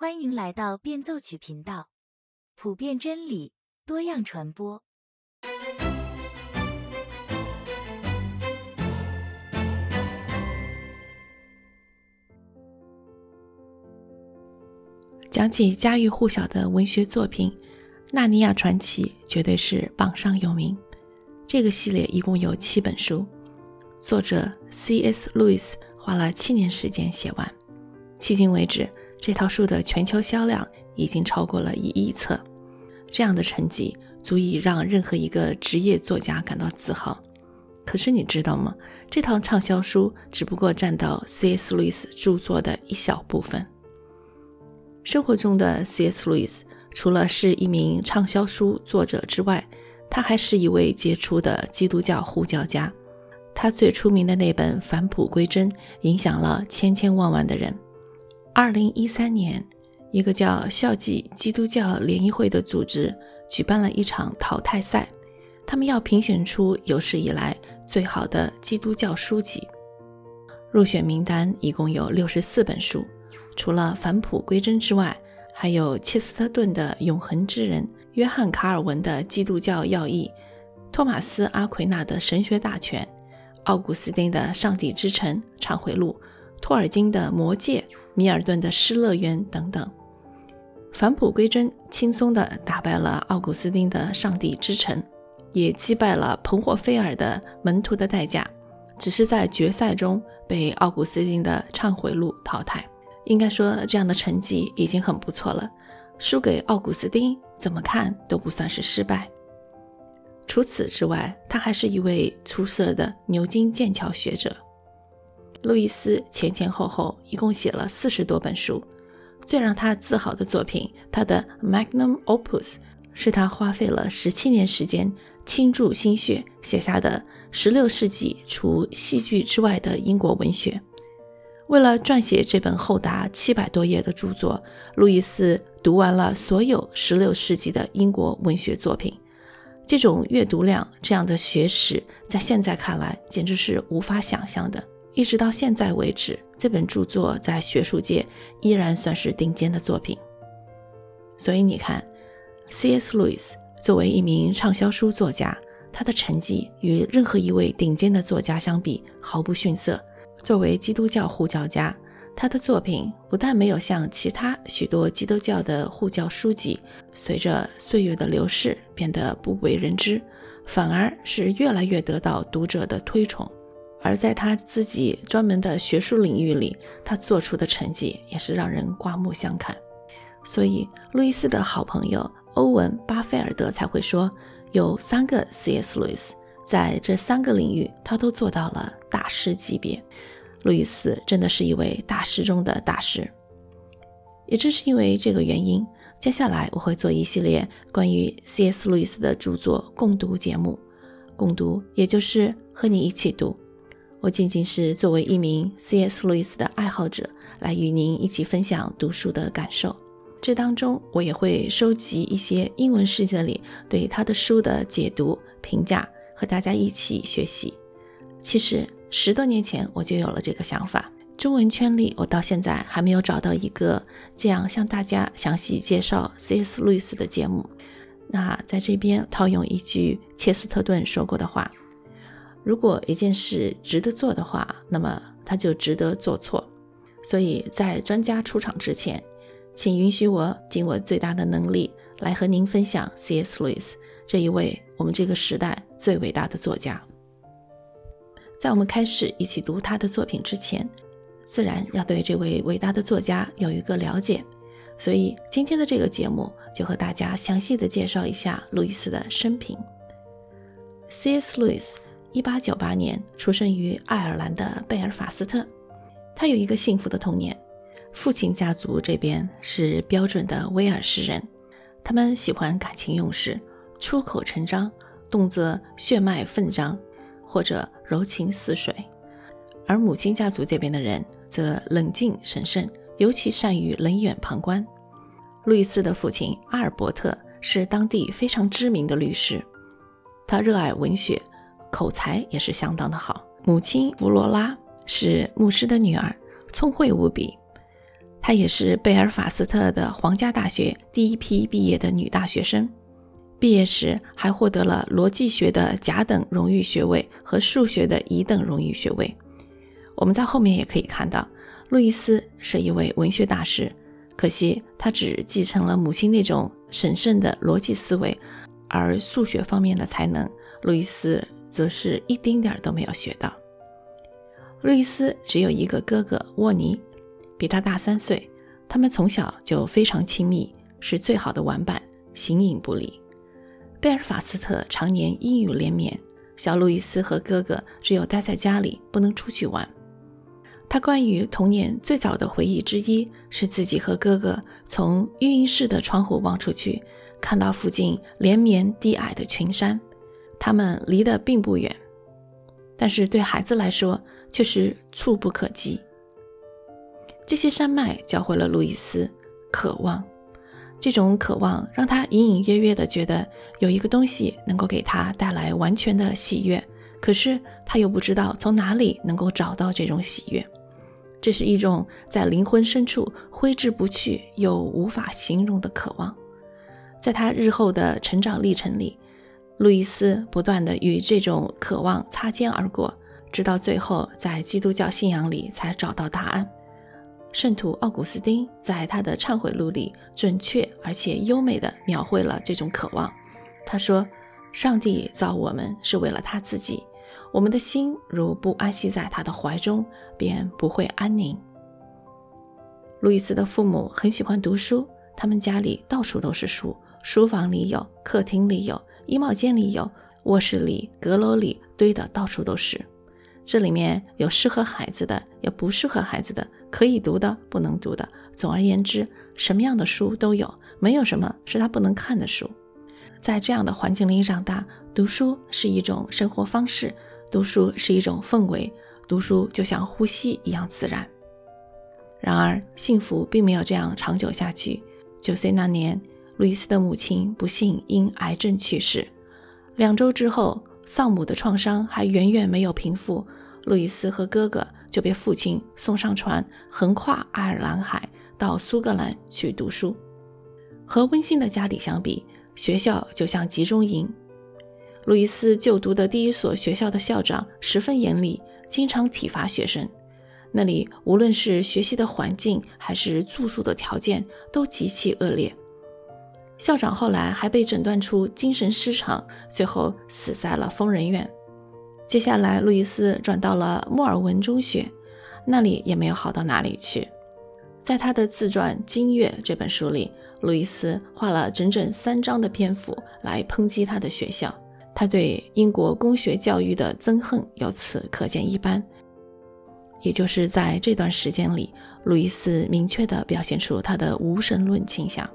欢迎来到变奏曲频道，普遍真理，多样传播。 讲起家喻户晓的文学作品，《纳尼亚传奇》绝对是榜上有名。这个系列一共有7本书，作者 C.S. 路易斯花了7年时间写完。迄今为止，这套书的全球销量已经超过了1亿册。这样的成绩足以让任何一个职业作家感到自豪。可是你知道吗？这套畅销书只不过占到 C.S. 路易斯著作的一小部分。生活中的 C.S. 路易斯除了是一名畅销书作者之外，他还是一位杰出的基督教护教家。他最出名的那本《返璞归真》影响了千千万万的人。2013年，一个叫校际基督教联谊会的组织举办了一场淘汰赛，他们要评选出有史以来最好的基督教书籍。入选名单一共有64本书，除了《返璞归真》之外，还有切斯特顿的《永恒之人》，约翰·卡尔文的《基督教要义》，托马斯·阿奎那的《神学大全》，奥古斯丁的《上帝之城》忏悔录，托尔金的《魔戒》，米尔顿的《失乐园》等等。返璞归真轻松地打败了奥古斯丁的《上帝之城》，也击败了彭霍菲尔的《门徒的代价》，只是在决赛中被奥古斯丁的《忏悔录》淘汰。应该说这样的成绩已经很不错了，输给奥古斯丁怎么看都不算是失败。除此之外，他还是一位出色的牛津剑桥学者。路易斯前前后后一共写了40多本书，最让他自豪的作品，他的 Magnum Opus 是他花费了17年时间倾注心血写下的16世纪除戏剧之外的英国文学。为了撰写这本厚达700多页的著作，路易斯读完了所有16世纪的英国文学作品。这种阅读量，这样的学识，在现在看来简直是无法想象的。一直到现在为止，这本著作在学术界依然算是顶尖的作品。所以你看， C.S. 路易斯作为一名畅销书作家，他的成绩与任何一位顶尖的作家相比毫不逊色。作为基督教护教家，他的作品不但没有像其他许多基督教的护教书籍随着岁月的流逝变得不为人知，反而是越来越得到读者的推崇。而在他自己专门的学术领域里，他做出的成绩也是让人刮目相看。所以路易斯的好朋友欧文·巴菲尔德才会说，有3个 C.S. 路易斯，在这3个领域他都做到了大师级别。路易斯真的是一位大师中的大师。也正是因为这个原因，接下来我会做一系列关于 C.S. 路易斯的著作共读节目。共读也就是和你一起读，我仅仅是作为一名 C.S. 路易斯的爱好者来与您一起分享读书的感受。这当中我也会收集一些英文世界里对他的书的解读评价，和大家一起学习。其实10多年前我就有了这个想法，中文圈里我到现在还没有找到一个这样向大家详细介绍 C.S. 路易斯的节目。那在这边套用一句切斯特顿说过的话，如果一件事值得做的话，那么它就值得做错。所以在专家出场之前，请允许我尽我最大的能力来和您分享 C.S. 路易斯这一位我们这个时代最伟大的作家。在我们开始一起读他的作品之前，自然要对这位伟大的作家有一个了解。所以今天的这个节目就和大家详细的介绍一下路易斯的生平。 C.S. 路易斯1898年出生于爱尔兰的贝尔法斯特。他有一个幸福的童年，父亲家族这边是标准的威尔士人，他们喜欢感情用事，出口成章，动辄血脉奋张，或者柔情似水。而母亲家族这边的人则冷静审慎，尤其善于冷眼旁观。路易斯的父亲阿尔伯特是当地非常知名的律师，他热爱文学，口才也是相当的好。母亲弗罗拉是牧师的女儿，聪慧无比。 她也是贝尔法斯特的皇家大学第一批毕业的女大学生，毕业时还获得了逻辑学的甲等荣誉学位和数学的乙等荣誉学位。我们在后面也可以看到，路易斯是一位文学大师，可惜他只继承了母亲那种神圣的逻辑思维，而数学方面的才能，路易斯则是一丁点都没有学到。路易斯只有一个哥哥沃尼，比他大3岁，他们从小就非常亲密，是最好的玩伴，形影不离。贝尔法斯特常年阴雨连绵，小路易斯和哥哥只有待在家里，不能出去玩。他关于童年最早的回忆之一是自己和哥哥从育婴室的窗户望出去，看到附近连绵低矮的群山，他们离得并不远，但是对孩子来说却是触不可及。这些山脉教会了路易斯渴望，这种渴望让他隐隐约约地觉得有一个东西能够给他带来完全的喜悦，可是他又不知道从哪里能够找到这种喜悦。这是一种在灵魂深处挥之不去又无法形容的渴望。在他日后的成长历程里，路易斯不断地与这种渴望擦肩而过，直到最后在基督教信仰里才找到答案。圣徒奥古斯丁在他的忏悔录里准确而且优美地描绘了这种渴望。他说，上帝造我们是为了他自己，我们的心如不安息在他的怀中，便不会安宁。路易斯的父母很喜欢读书，他们家里到处都是书，书房里有，客厅里有，衣帽间里有，卧室里、阁楼里堆的到处都是。这里面有适合孩子的，有不适合孩子的，可以读的，不能读的。总而言之，什么样的书都有，没有什么是他不能看的书。在这样的环境里长大，读书是一种生活方式，读书是一种氛围，读书就像呼吸一样自然。然而，幸福并没有这样长久下去。9岁那年，路易斯的母亲不幸因癌症去世。2周之后，丧母的创伤还远远没有平复，路易斯和哥哥就被父亲送上船，横跨爱尔兰海到苏格兰去读书。和温馨的家里相比，学校就像集中营。路易斯就读的第一所学校的校长十分严厉，经常体罚学生。那里无论是学习的环境还是住宿的条件都极其恶劣。校长后来还被诊断出精神失常，最后死在了疯人院。接下来路易斯转到了莫尔文中学，那里也没有好到哪里去。在他的自传《金月》这本书里，路易斯花了整整3章的篇幅来抨击他的学校，他对英国公学教育的憎恨由此可见一斑。也就是在这段时间里，路易斯明确地表现出他的无神论倾向。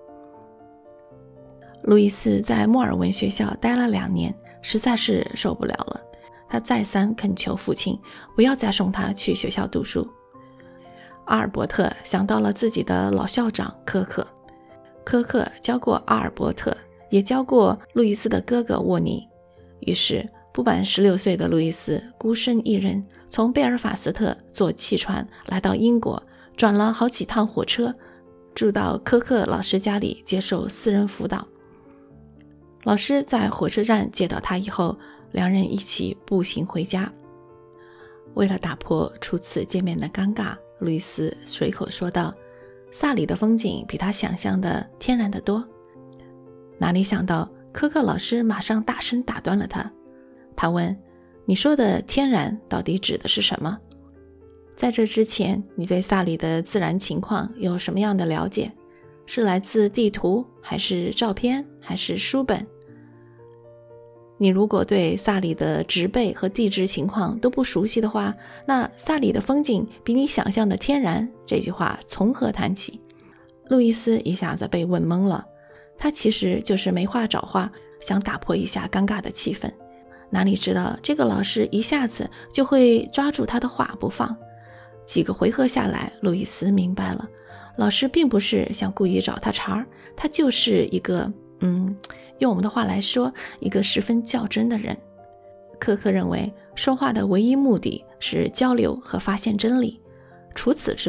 路易斯在莫尔文学校待了2年，实在是受不了了。他再三恳求父亲不要再送他去学校读书。阿尔伯特想到了自己的老校长科克，科克教过阿尔伯特，也教过路易斯的哥哥沃尼。于是不满16岁的路易斯孤身一人，从贝尔法斯特坐汽船来到英国，转了好几趟火车，住到科克老师家里接受私人辅导。老师在火车站接到他以后，2人一起步行回家。为了打破初次见面的尴尬，路易斯随口说道，萨里的风景比他想象的天然得多。哪里想到科克老师马上大声打断了他。他问，你说的天然到底指的是什么？在这之前，你对萨里的自然情况有什么样的了解？是来自地图，还是照片，还是书本？你如果对萨里的植被和地质情况都不熟悉的话，那萨里的风景比你想象的天然，这句话从何谈起？路易斯一下子被问懵了，他其实就是没话找话，想打破一下尴尬的气氛。哪里知道这个老师一下子就会抓住他的话不放。几个回合下来，路易斯明白了，老师并不是想故意找他茬儿，他就是一个用我们的话来说，一个十分较真的人。科克认为说话的唯一目的是交流和发现真理，除此之外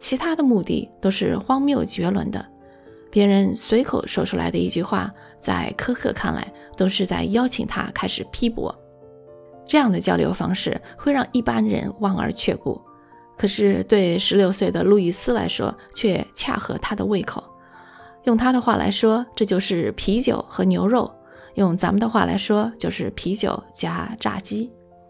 其他的目的都是荒谬绝伦的。别人随口说出来的一句话，在柯克看来都是在邀请他开始批驳。这样的交流方式会让一般人望而却步，可是对16岁的路易斯来说却恰合他的胃口。用他的话来说，这就是啤酒和牛肉，用咱们的话来说，就是啤酒加炸鸡。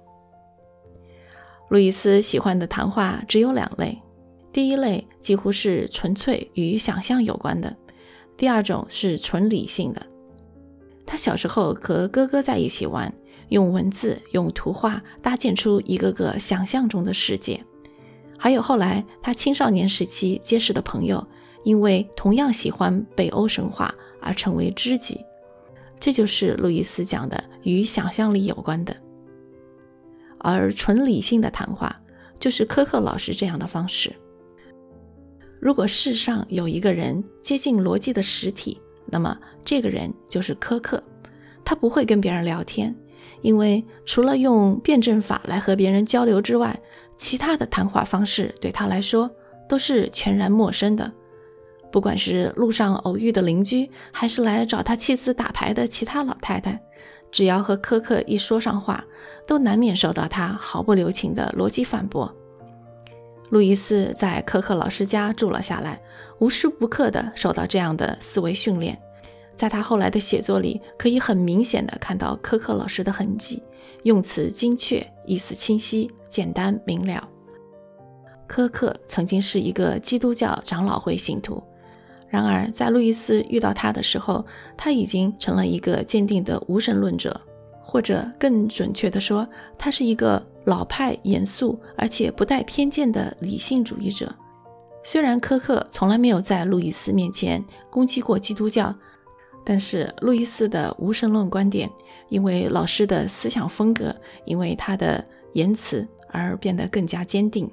路易斯喜欢的谈话只有2类，第一类几乎是纯粹与想象有关的，第二种是纯理性的。他小时候和哥哥在一起玩，用文字用图画搭建出一个个想象中的世界。还有后来他青少年时期结识的朋友，因为同样喜欢北欧神话而成为知己。这就是路易斯讲的与想象力有关的。而纯理性的谈话就是柯克老师这样的方式。如果世上有一个人接近逻辑的实体，那么这个人就是柯克。他不会跟别人聊天，因为除了用辩证法来和别人交流之外，其他的谈话方式对他来说都是全然陌生的。不管是路上偶遇的邻居，还是来找他妻子打牌的其他老太太，只要和柯克一说上话，都难免受到他毫不留情的逻辑反驳。路易斯在柯克老师家住了下来，无时无刻地受到这样的思维训练。在他后来的写作里，可以很明显地看到柯克老师的痕迹，用词精确，意思清晰，简单明了。柯克曾经是一个基督教长老会信徒，然而在路易斯遇到他的时候，他已经成了一个坚定的无神论者，或者更准确地说，他是一个老派、严肃而且不带偏见的理性主义者。虽然柯克从来没有在路易斯面前攻击过基督教，但是路易斯的无神论观点因为老师的思想风格，因为他的言辞而变得更加坚定。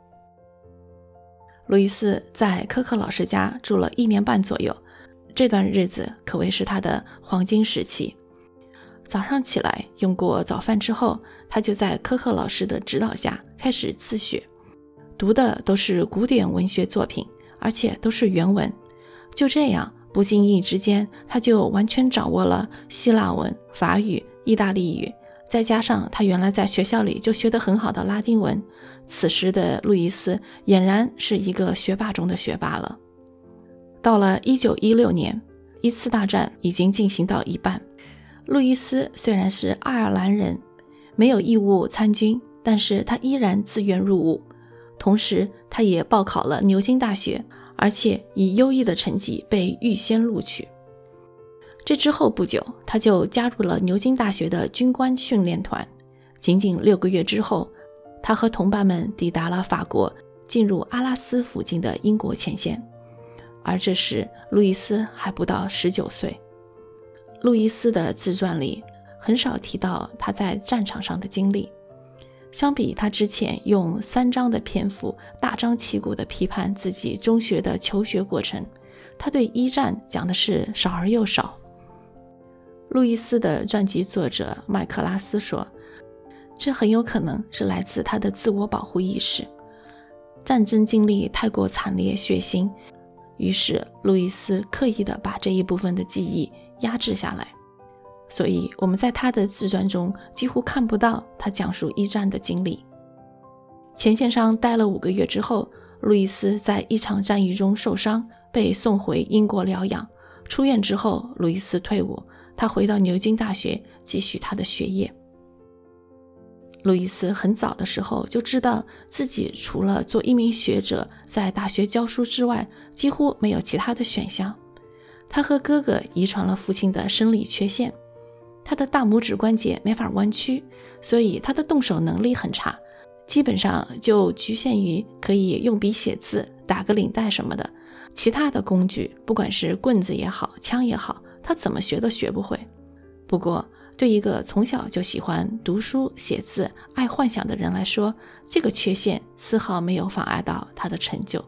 路易斯在柯克老师家住了1年半左右，这段日子可谓是他的黄金时期。早上起来用过早饭之后，他就在柯克老师的指导下开始自学，读的都是古典文学作品，而且都是原文。就这样不经意之间，他就完全掌握了希腊文、法语、意大利语，再加上他原来在学校里就学得很好的拉丁文。此时的路易斯俨然是一个学霸中的学霸了。到了1916年，一次大战已经进行到一半。路易斯虽然是爱尔兰人，没有义务参军，但是他依然自愿入伍。同时他也报考了牛津大学，而且以优异的成绩被预先录取。这之后不久，他就加入了牛津大学的军官训练团。仅仅6个月之后，他和同伴们抵达了法国，进入阿拉斯附近的英国前线。而这时路易斯还不到19岁。路易斯的自传里很少提到他在战场上的经历，相比他之前用3章的篇幅大张旗鼓地批判自己中学的求学过程，他对一战讲的是少而又少。路易斯的传记作者麦克拉斯说，这很有可能是来自他的自我保护意识。战争经历太过惨烈血腥，于是路易斯刻意地把这一部分的记忆压制下来，所以我们在他的自传中几乎看不到他讲述一战的经历。前线上待了5个月之后，路易斯在一场战役中受伤，被送回英国疗养。出院之后，路易斯退伍，他回到牛津大学继续他的学业。路易斯很早的时候就知道自己除了做一名学者，在大学教书之外，几乎没有其他的选项。他和哥哥遗传了父亲的生理缺陷，他的大拇指关节没法弯曲，所以他的动手能力很差，基本上就局限于可以用笔写字、打个领带什么的，其他的工具，不管是棍子也好，枪也好，他怎么学都学不会。不过对一个从小就喜欢读书写字、爱幻想的人来说，这个缺陷丝毫没有妨碍到他的成就。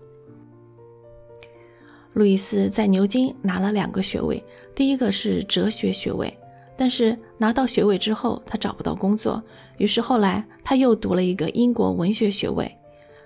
路易斯在牛津拿了2个学位，第一个是哲学学位，但是拿到学位之后他找不到工作，于是后来他又读了一个英国文学学位。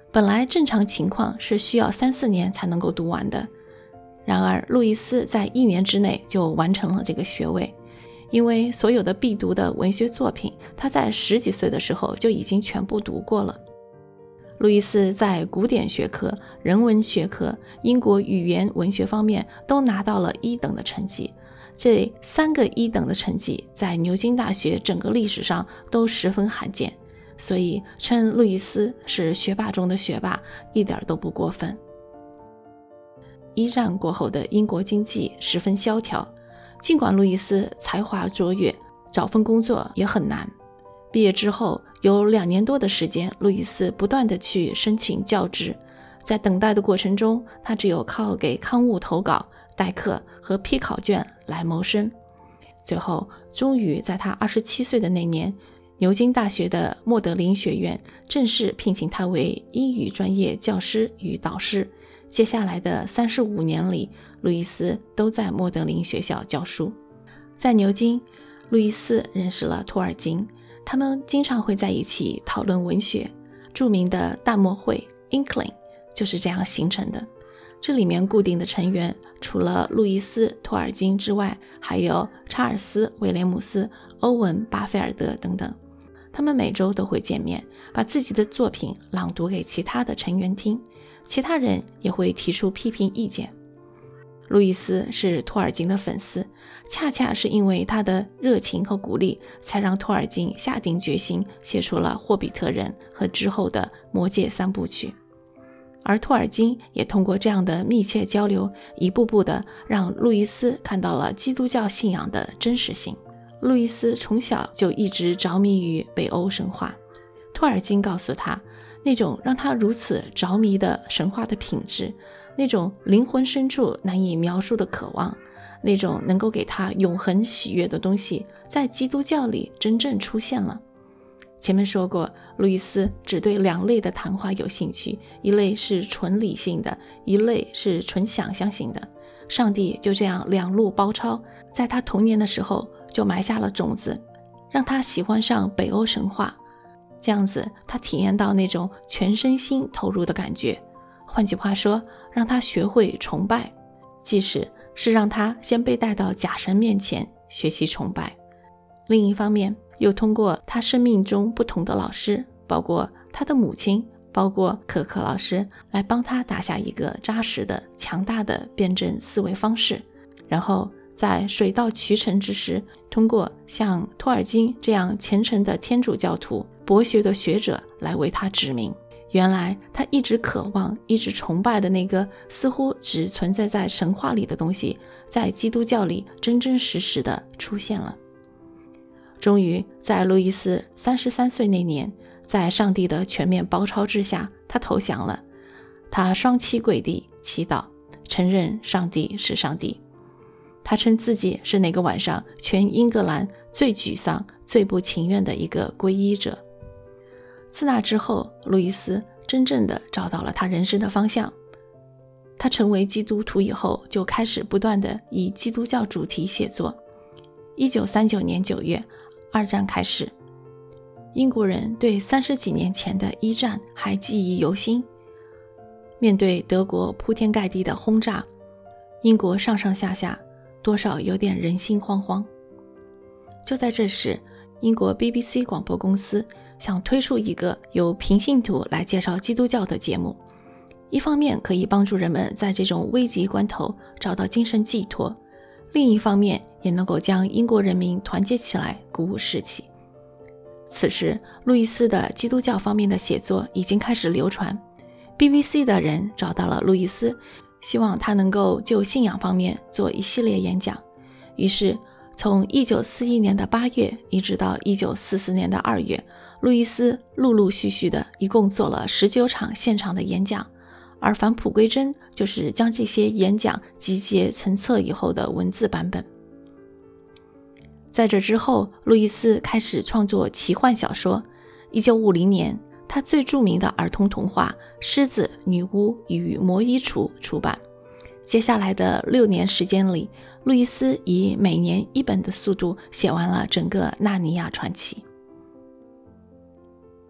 本来正常情况是需要3-4年才能够读完的，然而路易斯在1年之内就完成了这个学位，因为所有的必读的文学作品，他在10几岁的时候就已经全部读过了。路易斯在古典学科、人文学科、英国语言文学方面都拿到了1等的成绩，这3个1等的成绩在牛津大学整个历史上都十分罕见，所以称路易斯是学霸中的学霸一点都不过分。1战过后的英国经济十分萧条，尽管路易斯才华卓越，找份工作也很难。毕业之后有2年多的时间，路易斯不断地去申请教职，在等待的过程中，他只有靠给刊物投稿、代课和批考卷来谋生。最后终于在他27岁的那年，牛津大学的莫德林学院正式聘请他为英语专业教师与导师。接下来的35年里，路易斯都在莫德林学校教书。在牛津，路易斯认识了托尔金，他们经常会在一起讨论文学。著名的淡墨会 Inkling 就是这样形成的。这里面固定的成员除了路易斯、托尔金之外，还有查尔斯、威廉姆斯、欧文、巴菲尔德等等。他们每周都会见面，把自己的作品朗读给其他的成员听，其他人也会提出批评意见。路易斯是托尔金的粉丝，恰恰是因为他的热情和鼓励，才让托尔金下定决心写出了《霍比特人》和之后的《魔戒3部曲》。而托尔金也通过这样的密切交流，一步步的让路易斯看到了基督教信仰的真实性。路易斯从小就一直着迷于北欧神话，托尔金告诉他，那种让他如此着迷的神话的品质，那种灵魂深处难以描述的渴望，那种能够给他永恒喜悦的东西，在基督教里真正出现了。前面说过，路易斯只对2类的谈话有兴趣，一类是纯理性的，一类是纯想象性的。上帝就这样2路包抄，在他童年的时候就埋下了种子，让他喜欢上北欧神话。这样子他体验到那种全身心投入的感觉，换句话说，让他学会崇拜，即使是让他先被带到假神面前学习崇拜。另一方面，又通过他生命中不同的老师，包括他的母亲，包括可可老师，来帮他打下一个扎实的强大的辩证思维方式，然后在水到渠成之时，通过像托尔金这样虔诚的天主教徒、博学的学者来为他指明，原来他一直渴望、一直崇拜的那个似乎只存在在神话里的东西，在基督教里真真实实的出现了。终于在路易斯33岁那年，在上帝的全面包抄之下，他投降了。他双膝跪地祈祷，承认上帝是上帝。他称自己是那个晚上全英格兰最沮丧、最不情愿的一个皈依者。自那之后，路易斯真正的找到了他人生的方向。他成为基督徒以后，就开始不断的以基督教主题写作。1939年9月，2战开始。英国人对30几年前的1战还记忆犹新。面对德国铺天盖地的轰炸，英国上上下下多少有点人心惶惶。就在这时，英国 BBC 广播公司想推出一个由平信徒来介绍基督教的节目，一方面可以帮助人们在这种危急关头找到精神寄托，另一方面也能够将英国人民团结起来，鼓舞士气。此时，路易斯的基督教方面的写作已经开始流传， BBC 的人找到了路易斯，希望他能够就信仰方面做一系列演讲。于是从1941年的8月一直到1944年的2月，路易斯陆陆续续的一共做了19场现场的演讲，而返璞归真就是将这些演讲集结成册以后的文字版本。在这之后，路易斯开始创作奇幻小说。1950年，他最著名的儿童童话《狮子、女巫与魔衣橱》出版。接下来的6年时间里，路易斯以每年1本的速度写完了整个《纳尼亚传奇》。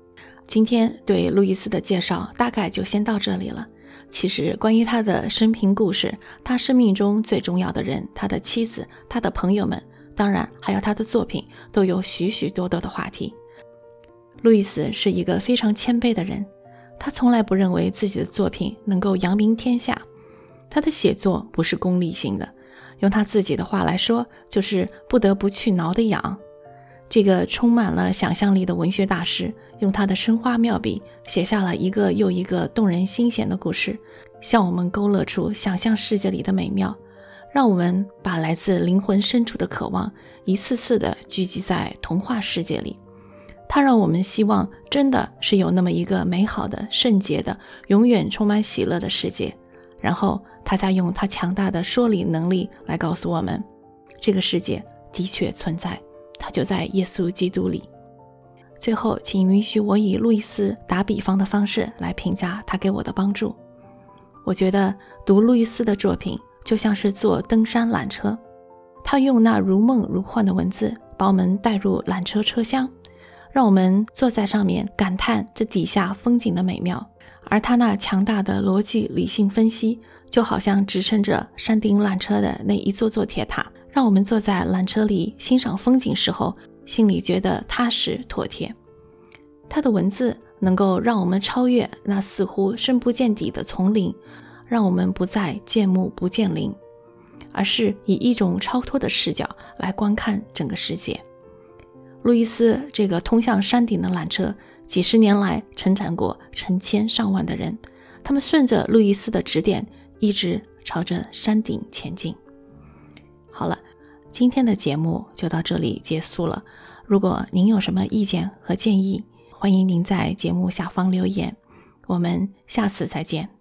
今天对路易斯的介绍大概就先到这里了。其实关于他的生平故事，他生命中最重要的人，他的妻子，他的朋友们，当然还有他的作品，都有许许多多的话题。路易斯是一个非常谦卑的人，他从来不认为自己的作品能够扬名天下。他的写作不是功利性的，用他自己的话来说，就是不得不去挠的痒。这个充满了想象力的文学大师，用他的生花妙笔写下了一个又一个动人心弦的故事，向我们勾勒出想象世界里的美妙，让我们把来自灵魂深处的渴望一次次地聚集在童话世界里。他让我们希望真的是有那么一个美好的、圣洁的、永远充满喜乐的世界，然后他再用他强大的说理能力来告诉我们，这个世界的确存在，它就在耶稣基督里。最后，请允许我以路易斯打比方的方式来评价他给我的帮助。我觉得读路易斯的作品就像是坐登山缆车，他用那如梦如幻的文字把我们带入缆车车厢，让我们坐在上面感叹这底下风景的美妙，而他那强大的逻辑理性分析就好像支撑着山顶缆车的那一座座铁塔，让我们坐在缆车里欣赏风景时候心里觉得踏实妥帖。他的文字能够让我们超越那似乎深不见底的丛林，让我们不再见木不见林，而是以一种超脱的视角来观看整个世界。路易斯这个通向山顶的缆车，几十年来承载过成千上万的人，他们顺着路易斯的指点，一直朝着山顶前进。好了，今天的节目就到这里结束了。如果您有什么意见和建议，欢迎您在节目下方留言。我们下次再见。